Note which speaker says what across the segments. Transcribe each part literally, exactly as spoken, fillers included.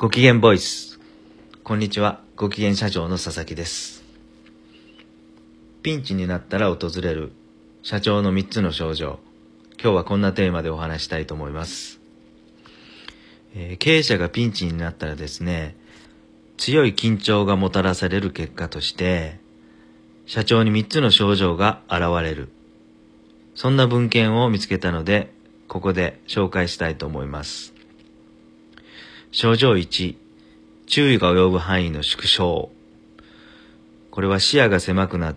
Speaker 1: ご機嫌ボイス。こんにちは。ご機嫌社長の佐々木です。ピンチになったら訪れる社長のみっつの症状。今日はこんなテーマでお話したいと思います。えー、経営者がピンチになったらですね、強い緊張がもたらされる結果として、社長にみっつの症状が現れる。そんな文献を見つけたので、ここで紹介したいと思います。症状いち、注意が及ぶ範囲の縮小。これは視野が狭くなって、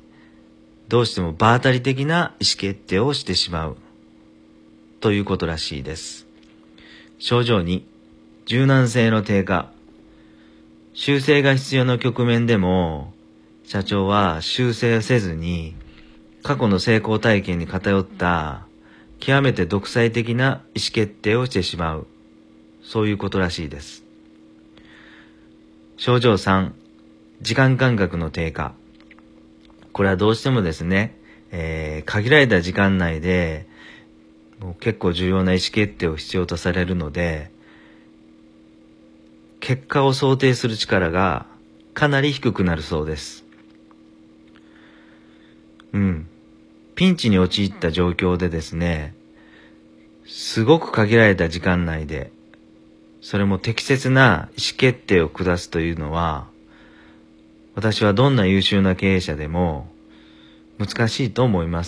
Speaker 1: どうしても場当たり的な意思決定をしてしまうということらしいです。症状に、柔軟性の低下。修正が必要な局面でも、社長は修正せずに、過去の成功体験に偏った極めて独裁的な意思決定をしてしまう。そういうことらしいです。症状さん、時間感覚の低下。これはどうしてもですね、えー、限られた時間内でもう結構重要な意思決定を必要とされるので、結果を想定する力がかなり低くなるそうです。うん。ピンチに陥った状況でですね、すごく限られた時間内で、それも適切な意思決定を下すというのは、私はどんな優秀な経営者でも難しいと思います。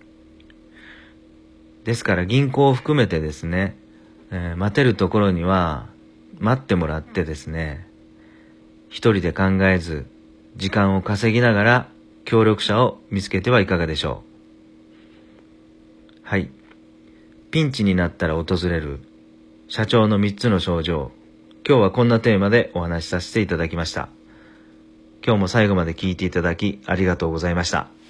Speaker 1: ですから銀行を含めてですね、えー、待てるところには待ってもらってですね、一人で考えず時間を稼ぎながら協力者を見つけてはいかがでしょう。はい。ピンチになったら訪れる社長のみっつの症状。今日はこんなテーマでお話しさせていただきました。今日も最後まで聞いていただきありがとうございました。